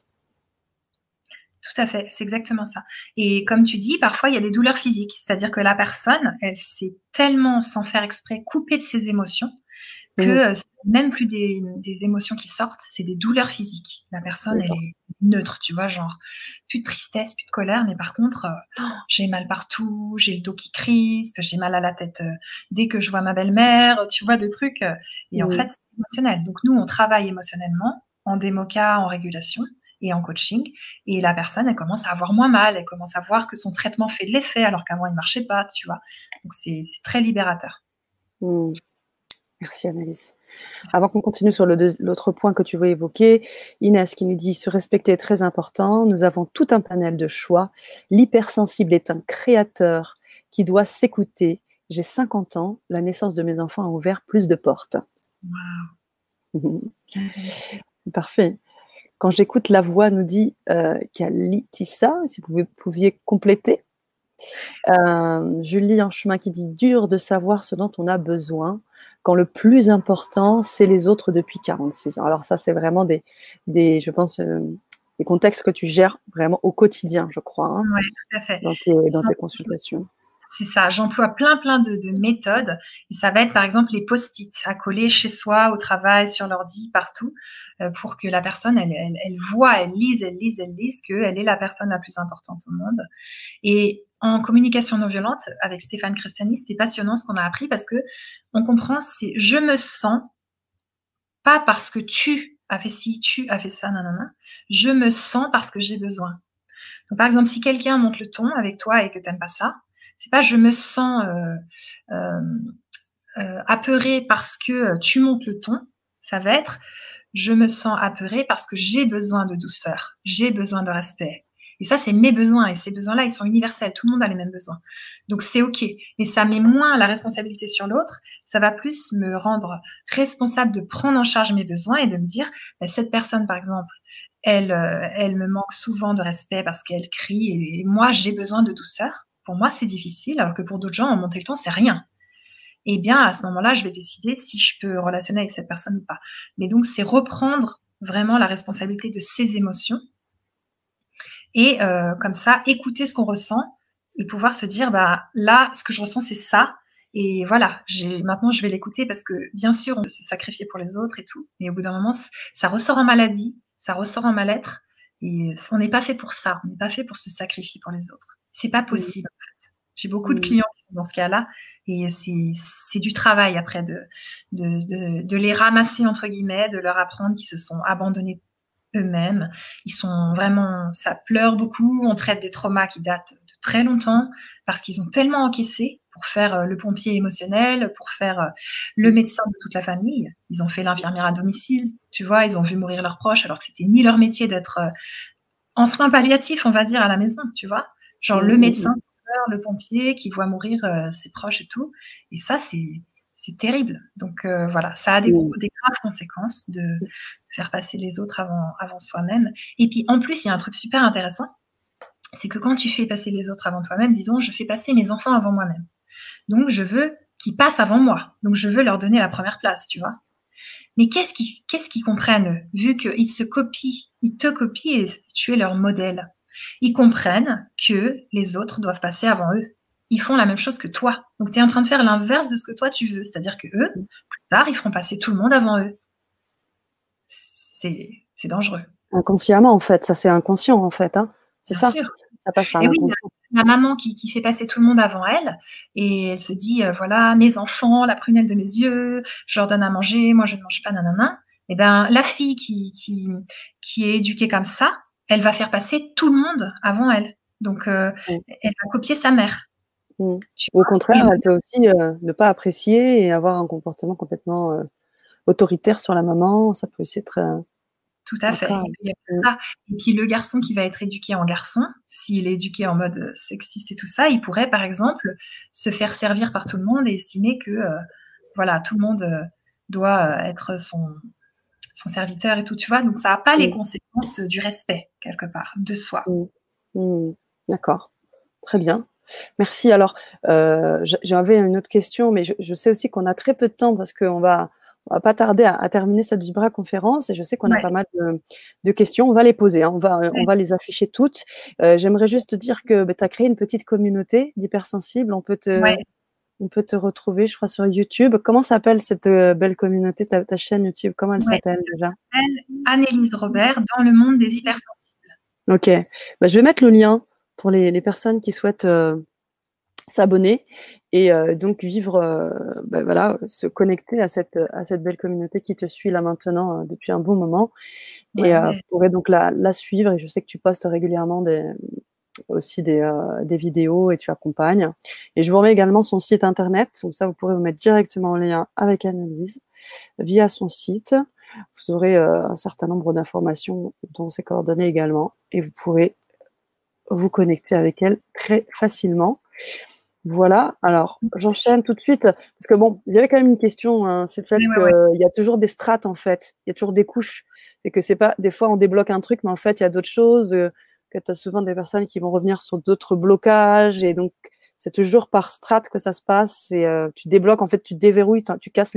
tout à fait, c'est exactement ça. Et comme tu dis, parfois il y a des douleurs physiques, c'est-à-dire que la personne, elle s'est tellement, sans faire exprès, coupée de ses émotions Mmh. que c'est même plus des émotions qui sortent, c'est des douleurs physiques. La personne, elle D'accord. est neutre, tu vois, genre plus de tristesse, plus de colère, mais par contre, j'ai mal partout, j'ai le dos qui crispe, j'ai mal à la tête dès que je vois ma belle-mère, tu vois, des trucs. Et en Mmh. fait, c'est émotionnel. Donc nous, on travaille émotionnellement en démoca, en régulation et en coaching. Et la personne, elle commence à avoir moins mal, elle commence à voir que son traitement fait de l'effet alors qu'avant, il ne marchait pas, tu vois. Donc c'est très libérateur. Mmh. Merci Annelise. Avant qu'on continue sur l'autre point que tu veux évoquer, Inès qui nous dit: «Se respecter est très important. Nous avons tout un panel de choix. L'hypersensible est un créateur qui doit s'écouter. J'ai 50 ans. La naissance de mes enfants a ouvert plus de portes.» Waouh, magnifique. Parfait. Quand j'écoute la voix, nous dit Kalitissa, si vous pouviez compléter. Julie en chemin qui dit: «Dur de savoir ce dont on a besoin, quand le plus important, c'est les autres depuis 46 ans.» Alors ça, c'est vraiment je pense, des contextes que tu gères vraiment au quotidien, je crois, hein, Ouais, tout à fait. dans tes consultations. C'est ça, j'emploie plein de méthodes et ça va être, par exemple, les post-it à coller chez soi, au travail, sur l'ordi, partout, pour que la personne, elle voit, elle lise qu'elle est la personne la plus importante au monde. Et en communication non violente, avec Stéphane Crestani, c'était passionnant ce qu'on a appris parce qu'on comprend, c'est je me sens, pas parce que tu as fait ci, tu as fait ça, nanana, je me sens parce que j'ai besoin. Donc, par exemple, si quelqu'un monte le ton avec toi et que tu n'aimes pas ça, c'est pas je me sens euh, apeurée parce que tu montes le ton, ça va être je me sens apeurée parce que j'ai besoin de douceur, j'ai besoin de respect. Et ça, c'est mes besoins. Et ces besoins-là, ils sont universels. Tout le monde a les mêmes besoins. Donc, c'est OK. Mais ça met moins la responsabilité sur l'autre. Ça va plus me rendre responsable de prendre en charge mes besoins et de me dire, bah, cette personne, par exemple, elle me manque souvent de respect parce qu'elle crie. Et moi, j'ai besoin de douceur. Pour moi, c'est difficile. Alors que pour d'autres gens, monter le ton, c'est rien. Eh bien, à ce moment-là, je vais décider si je peux relationner avec cette personne ou pas. Mais donc, c'est reprendre vraiment la responsabilité de ses émotions et comme ça, écouter ce qu'on ressent et pouvoir se dire, bah là, ce que je ressens, c'est ça. Et voilà, maintenant, je vais l'écouter parce que bien sûr, on peut se sacrifier pour les autres et tout. Mais au bout d'un moment, ça ressort en maladie, ça ressort en mal-être. Et on n'est pas fait pour ça. On n'est pas fait pour se sacrifier pour les autres. C'est pas Mmh. possible. J'ai beaucoup de Mmh. clients qui sont dans ce cas-là et c'est du travail après de les ramasser entre guillemets, de leur apprendre qu'ils se sont abandonnés eux-mêmes. Ils sont vraiment, ça pleure beaucoup. On traite des traumas qui datent de très longtemps parce qu'ils ont tellement encaissé pour faire le pompier émotionnel, pour faire le médecin de toute la famille. Ils ont fait l'infirmière à domicile, tu vois, ils ont vu mourir leurs proches alors que c'était ni leur métier d'être en soins palliatifs, on va dire, à la maison, tu vois. Genre le Mmh mh. médecin, le pompier qui voit mourir ses proches et tout. Et ça, c'est terrible. Donc voilà, ça a des Mmh. graves conséquences de faire passer les autres avant soi-même. Et puis en plus, il y a un truc super intéressant, c'est que quand tu fais passer les autres avant toi-même, disons, je fais passer mes enfants avant moi-même. Donc je veux qu'ils passent avant moi. Donc je veux leur donner la première place, tu vois. Mais qu'est-ce qu'ils comprennent, eux, vu qu'ils se copient, ils te copient et tu es leur modèle. Ils comprennent que les autres doivent passer avant eux. Ils font la même chose que toi. Donc, tu es en train de faire l'inverse de ce que toi, tu veux. C'est-à-dire que eux, plus tard, ils feront passer tout le monde avant eux. C'est dangereux. Inconsciemment, en fait, ça c'est inconscient, en fait, hein? C'est Bien ça? sûr. Ça passe par Et oui, l'inconscient. ma maman qui fait passer tout le monde avant elle et elle se dit, voilà, mes enfants, la prunelle de mes yeux, je leur donne à manger, moi je ne mange pas, nanana. Et ben, la fille qui est éduquée comme ça, elle va faire passer tout le monde avant elle. Donc, Mmh. elle va copier sa mère. Mmh. Tu Au vois? Et contraire, elle peut aussi, ne pas apprécier et avoir un comportement complètement, autoritaire sur la maman. Ça peut aussi être, tout à un fait. cas. Il y a Mmh. ça. Et puis le garçon qui va être éduqué en garçon, s'il est éduqué en mode, sexiste et tout ça, il pourrait, par exemple, se faire servir par tout le monde et estimer que, voilà, tout le monde, doit, être son serviteur et tout, tu vois? Donc ça a pas les Mmh. conséquences, du respect quelque part, de soi. Mmh. Mmh. D'accord, très bien. Merci. Alors, j'avais une autre question, mais je sais aussi qu'on a très peu de temps parce qu'on va pas tarder à terminer cette Vibra conférence et je sais qu'on a Ouais, pas mal de questions. On va les poser, hein, on ouais, va les afficher toutes. J'aimerais juste te dire que, tu as créé une petite communauté d'hypersensibles. ouais. On peut te retrouver, je crois, sur YouTube. Comment s'appelle cette, belle communauté, ta chaîne YouTube? Comment elle Ouais, s'appelle déjà? ça s'appelle Annelise Robert dans le monde des hypersensibles. OK. Bah, je vais mettre le lien pour les personnes qui souhaitent, s'abonner et donc vivre, voilà, se connecter à cette belle communauté qui te suit là maintenant, depuis un bon moment et Ouais, vous pourrez donc la suivre et je sais que tu postes régulièrement aussi des vidéos et tu accompagnes et je vous remets également son site internet, donc ça vous pourrez vous mettre directement en lien avec Annelise via son site. Vous aurez, un certain nombre d'informations dont ses coordonnées également et vous pourrez vous connecter avec elle très facilement. Voilà, alors j'enchaîne tout de suite parce que bon, il y avait quand même une question, hein, c'est le fait ouais, ouais, ouais. qu'il y a toujours des strates en fait, il y a toujours des couches et que c'est pas des fois on débloque un truc mais en fait il y a d'autres choses, que tu as souvent des personnes qui vont revenir sur d'autres blocages et donc c'est toujours par strate que ça se passe et tu débloques en fait, tu déverrouilles,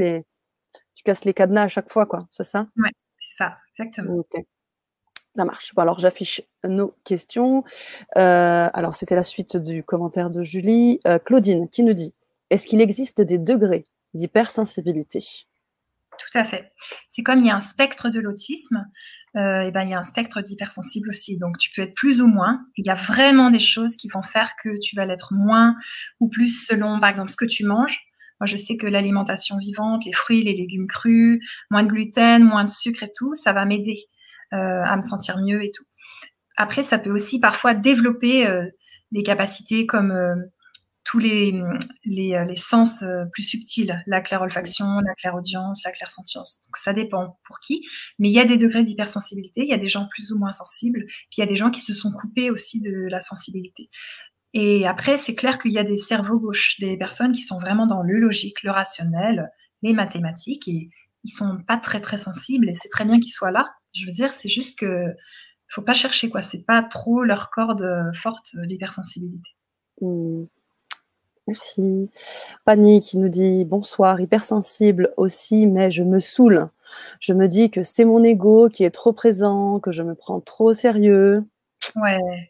tu casses les cadenas à chaque fois quoi, c'est ça? Ouais, c'est ça, exactement. OK, ça marche. Bon alors j'affiche nos questions. Alors c'était la suite du commentaire de Julie. Claudine qui nous dit: «Est-ce qu'il existe des degrés d'hypersensibilité?» Tout à fait. C'est comme il y a un spectre de l'autisme, et ben, il y a un spectre d'hypersensible aussi. Donc tu peux être plus ou moins. Il y a vraiment des choses qui vont faire que tu vas l'être moins ou plus selon, par exemple, ce que tu manges. Moi, je sais que l'alimentation vivante, les fruits, les légumes crus, moins de gluten, moins de sucre et tout, ça va m'aider, à me sentir mieux et tout. Après, ça peut aussi parfois développer, des capacités comme, tous les sens plus subtils, la clairolfaction, la clairaudience, la clairsentience. Donc ça dépend pour qui, mais il y a des degrés d'hypersensibilité, il y a des gens plus ou moins sensibles, puis il y a des gens qui se sont coupés aussi de la sensibilité. Et après, c'est clair qu'il y a des cerveaux gauches, des personnes qui sont vraiment dans le logique, le rationnel, les mathématiques, et ils sont pas très très sensibles, et c'est très bien qu'ils soient là. Je veux dire, c'est juste que faut pas chercher quoi, c'est pas trop leur corde forte, l'hypersensibilité. Mmh, merci. Fanny qui nous dit: «Bonsoir, hypersensible aussi, mais je me saoule. Je me dis que c'est mon ego qui est trop présent, que je me prends trop au sérieux». Ouais.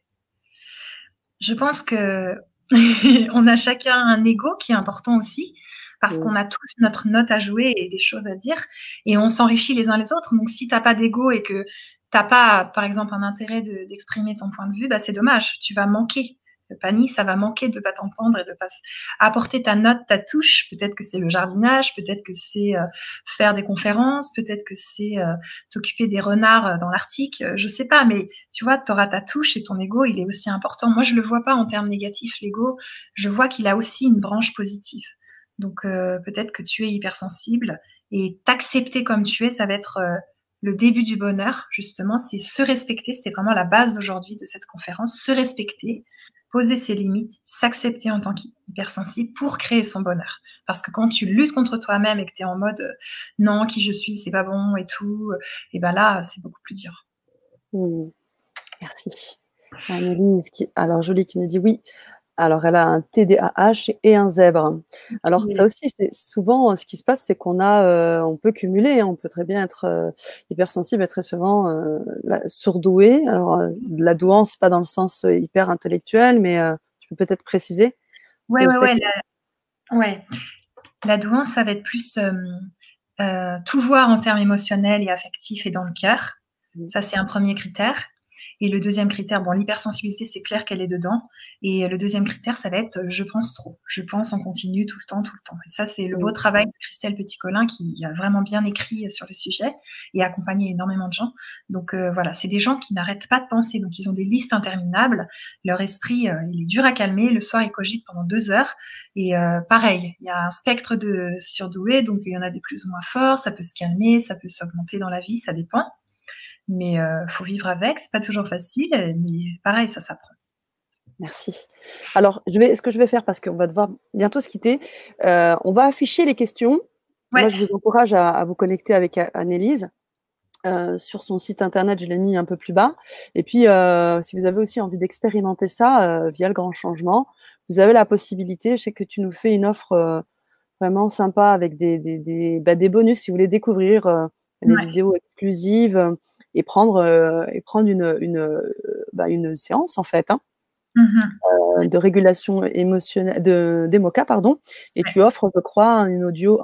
Je pense que on a chacun un ego qui est important aussi, parce Mmh, qu'on a tous notre note à jouer et des choses à dire, et on s'enrichit les uns les autres. Donc si tu as pas d'ego et que tu as pas, par exemple, un intérêt d'exprimer ton point de vue, bah, c'est dommage, tu vas manquer. Fanny, ça va manquer de pas t'entendre et de pas apporter ta note, ta touche. Peut-être que c'est le jardinage, peut-être que c'est, faire des conférences, peut-être que c'est, t'occuper des renards, dans l'Arctique, je sais pas, mais tu vois, tu auras ta touche et ton ego, il est aussi important. Moi, je le vois pas en termes négatifs, l'ego, je vois qu'il a aussi une branche positive. Donc, peut-être que tu es hypersensible et t'accepter comme tu es, ça va être le début du bonheur, justement, c'est se respecter. C'était vraiment la base d'aujourd'hui de cette conférence, se respecter, poser ses limites, s'accepter en tant qu'hypersensible pour créer son bonheur. Parce que quand tu luttes contre toi-même et que tu es en mode non, qui je suis, c'est pas bon et tout, et ben là, c'est beaucoup plus dur. mmh, merci. Annelise qui alors Julie qui nous dit: «Oui». Alors elle a un TDAH et un zèbre. Alors ça Et aussi, c'est souvent, ce qui se passe, c'est qu'on a, on peut cumuler, hein, on peut très bien être, hypersensible et très souvent, surdoué. Alors, la douance, pas dans le sens, hyper intellectuel, mais, tu peux peut-être préciser? Parce ouais, que je ouais, sais ouais, que ouais. La douance, ça va être plus tout voir en termes émotionnels et affectifs et dans le cœur. mmh, Ça, c'est un premier critère. Et le deuxième critère, bon, l'hypersensibilité, c'est clair qu'elle est dedans. Et le deuxième critère, ça va être je pense trop. Je pense en continu tout le temps, tout le temps. Et ça, c'est le beau travail de Christelle Petit-Colin qui a vraiment bien écrit sur le sujet et accompagné énormément de gens. Donc voilà, c'est des gens qui n'arrêtent pas de penser. Donc ils ont des listes interminables. Leur esprit, il est dur à calmer. Le soir, ils cogitent pendant 2 heures. Et pareil, il y a un spectre de surdoués, donc il y en a des plus ou moins forts. Ça peut se calmer, ça peut s'augmenter dans la vie, ça dépend. Mais faut vivre avec, c'est pas toujours facile, mais pareil, ça s'apprend. Merci. Alors, ce que je vais faire, parce qu'on va devoir bientôt se quitter, on va afficher les questions. Ouais. Moi, je vous encourage à vous connecter avec Annelise. Sur son site internet, je l'ai mis un peu plus bas. Et puis, si vous avez aussi envie d'expérimenter ça via le Grand Changement, vous avez la possibilité. Je sais que tu nous fais une offre vraiment sympa avec des bonus si vous voulez découvrir des vidéos exclusives et prendre une séance en fait. Hein. De régulation émotionnelle, d'EMOCA, pardon, et tu offres, je crois, un audio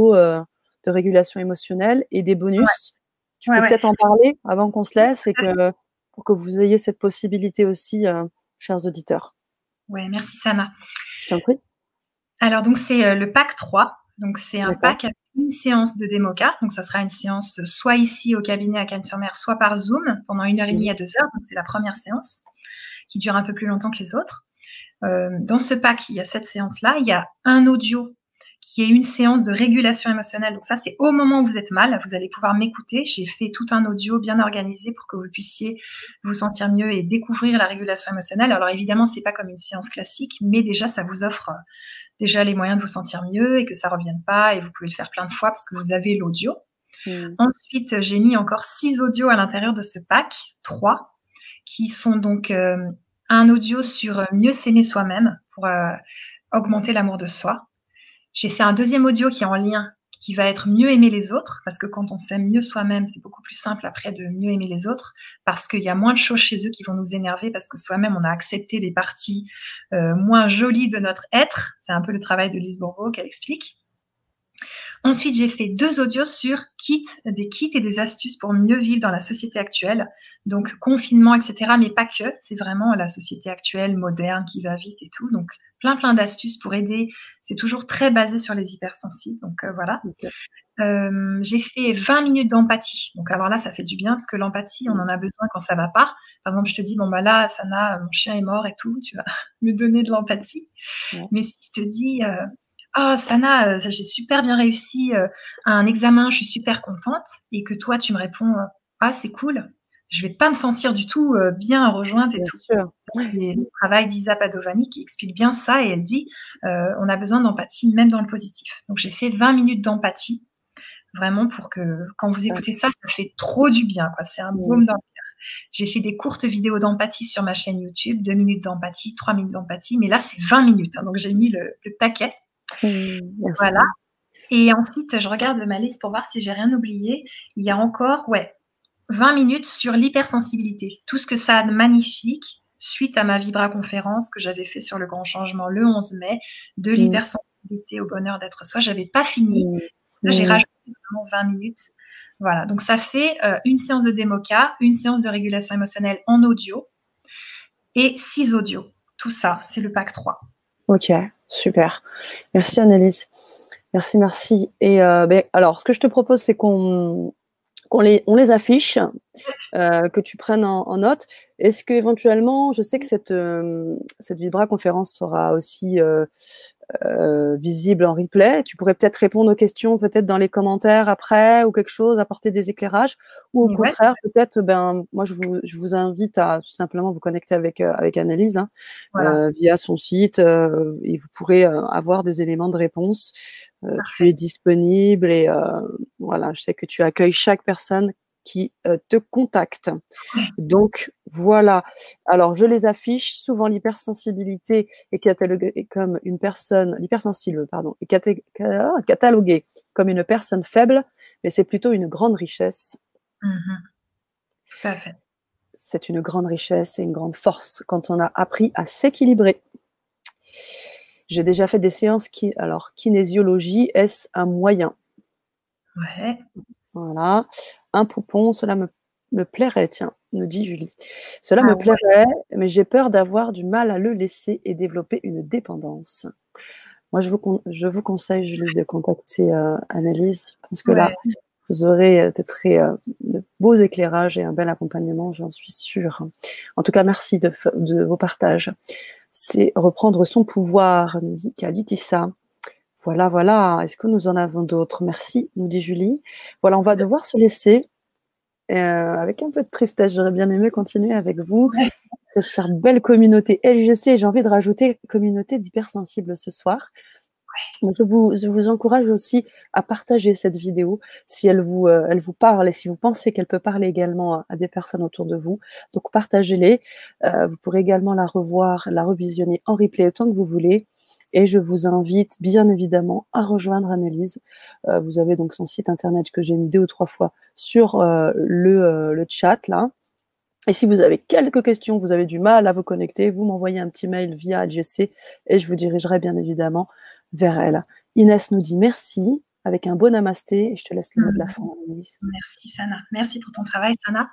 de régulation émotionnelle et des bonus. Tu peux peut-être en parler avant qu'on se laisse et pour que vous ayez cette possibilité aussi, chers auditeurs. Ouais, merci Sana. Je t'en prie. Alors, donc, c'est le pack 3. Donc, c'est un pack avec une séance de DEMOCA. Donc, ça sera une séance soit ici au cabinet à Cannes-sur-Mer, soit par Zoom pendant 1h30 à 2 heures. Donc, c'est la première séance qui dure un peu plus longtemps que les autres. Dans ce pack, il y a cette séance-là. Il y a un audio qui est une séance de régulation émotionnelle. Donc ça, c'est au moment où vous êtes mal. Vous allez pouvoir m'écouter. J'ai fait tout un audio bien organisé pour que vous puissiez vous sentir mieux et découvrir la régulation émotionnelle. Alors évidemment, c'est pas comme une séance classique, mais déjà, ça vous offre déjà les moyens de vous sentir mieux et que ça revienne pas. Et vous pouvez le faire plein de fois parce que vous avez l'audio. Ensuite, j'ai mis encore 6 audios à l'intérieur de ce pack, 3, qui sont donc un audio sur mieux s'aimer soi-même pour augmenter l'amour de soi. J'ai fait un deuxième audio qui est en lien, qui va être mieux aimer les autres, parce que quand on s'aime mieux soi-même, c'est beaucoup plus simple après de mieux aimer les autres, parce qu'il y a moins de choses chez eux qui vont nous énerver, parce que soi-même, on a accepté les parties moins jolies de notre être. C'est un peu le travail de Lise Bourbeau qu'elle explique. Ensuite, j'ai fait 2 audios sur des kits et des astuces pour mieux vivre dans la société actuelle. Donc, confinement, etc. Mais pas que. C'est vraiment la société actuelle, moderne, qui va vite et tout. Donc, plein d'astuces pour aider. C'est toujours très basé sur les hypersensibles. Donc, voilà. J'ai fait 20 minutes d'empathie. Donc, alors là, ça fait du bien parce que l'empathie, on en a besoin quand ça va pas. Par exemple, je te dis, bon, bah là, Sana, mon chien est mort et tout. Tu vas me donner de l'empathie. Mais si je te dis... oh Sana, j'ai super bien réussi à un examen, je suis super contente, et que toi tu me réponds ah c'est cool, je vais pas me sentir du tout bien rejointe et bien tout. Sûr. Et le travail d'Isa Padovani qui explique bien ça et elle dit on a besoin d'empathie même dans le positif. Donc j'ai fait 20 minutes d'empathie vraiment pour que quand vous écoutez ça fait trop du bien quoi. C'est un baume dans le cœur. J'ai fait des courtes vidéos d'empathie sur ma chaîne YouTube, 2 minutes d'empathie, 3 minutes d'empathie, mais là c'est 20 minutes, hein, donc j'ai mis le paquet. Merci. Voilà. Et ensuite, je regarde ma liste pour voir si j'ai rien oublié. Il y a encore 20 minutes sur l'hypersensibilité. Tout ce que ça a de magnifique suite à ma Vibra-conférence que j'avais fait sur le grand changement le 11 mai, de l'hypersensibilité au bonheur d'être soi. J'avais pas fini. Là, j'ai rajouté vraiment 20 minutes. Voilà. Donc, ça fait une séance de DEMOCA, une séance de régulation émotionnelle en audio et 6 audios. Tout ça, c'est le pack 3. Ok, super. Merci Annelise. Merci. Et alors, ce que je te propose, c'est qu'on les affiche, que tu prennes en note. Est-ce qu'éventuellement, je sais que cette Vibra-conférence sera aussi visible en replay. Tu pourrais peut-être répondre aux questions, peut-être dans les commentaires après ou quelque chose, apporter des éclairages. Ou au contraire, peut-être, moi, je vous invite à tout simplement vous connecter avec Annelise via son site et vous pourrez avoir des éléments de réponse. Tu es disponible et voilà, je sais que tu accueilles chaque personne qui te contacte. Donc, voilà. Alors, je les affiche. Souvent, l'hypersensibilité est cataloguée comme une personne, l'hypersensible, pardon, est cataloguée comme une personne faible, mais c'est plutôt une grande richesse. Tout à fait. C'est une grande richesse et une grande force quand on a appris à s'équilibrer. J'ai déjà fait des séances kinésiologie, est-ce un moyen? Ouais. Voilà. Un poupon, cela me me plairait, tiens, nous dit Julie. Cela Ah me ouais. plairait, mais j'ai peur d'avoir du mal à le laisser et développer une dépendance. Moi, je vous conseille, Julie, de contacter Annelise. Je pense que Ouais. là, vous aurez de beaux éclairages et un bel accompagnement, j'en suis sûre. En tout cas, merci de vos partages. C'est reprendre son pouvoir, nous dit Kalitissa. Voilà, voilà. Est-ce que nous en avons d'autres? Merci, nous dit Julie. Voilà, on va devoir se laisser avec un peu de tristesse. J'aurais bien aimé continuer avec vous, Ouais. cette chère belle communauté LGC. J'ai envie de rajouter communauté d'hypersensibles ce soir. Donc, je vous encourage aussi à partager cette vidéo si elle vous parle et si vous pensez qu'elle peut parler également à des personnes autour de vous. Donc, partagez-les. Vous pourrez également la revoir, la revisionner en replay autant que vous voulez. Et je vous invite bien évidemment à rejoindre Annelise. Vous avez donc son site internet que j'ai mis 2 ou 3 fois sur le chat là. Et si vous avez quelques questions, vous avez du mal à vous connecter, vous m'envoyez un petit mail via LGC et je vous dirigerai bien évidemment vers elle. Inès nous dit merci avec un beau namasté et je te laisse le mot de la fin, Annelise. Merci Sana. Merci pour ton travail, Sana.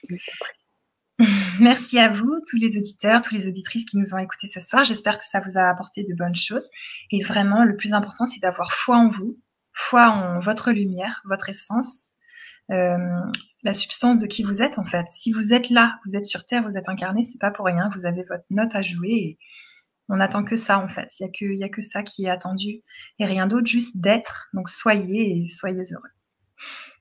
Merci à vous, tous les auditeurs, toutes les auditrices qui nous ont écoutés ce soir. J'espère que ça vous a apporté de bonnes choses. Et vraiment, le plus important, c'est d'avoir foi en vous, foi en votre lumière, votre essence, la substance de qui vous êtes en fait. Si vous êtes là, vous êtes sur Terre, vous êtes incarné, c'est pas pour rien. Vous avez votre note à jouer et on n'attend que ça en fait. Il y a que ça qui est attendu et rien d'autre, juste d'être. Donc soyez et soyez heureux.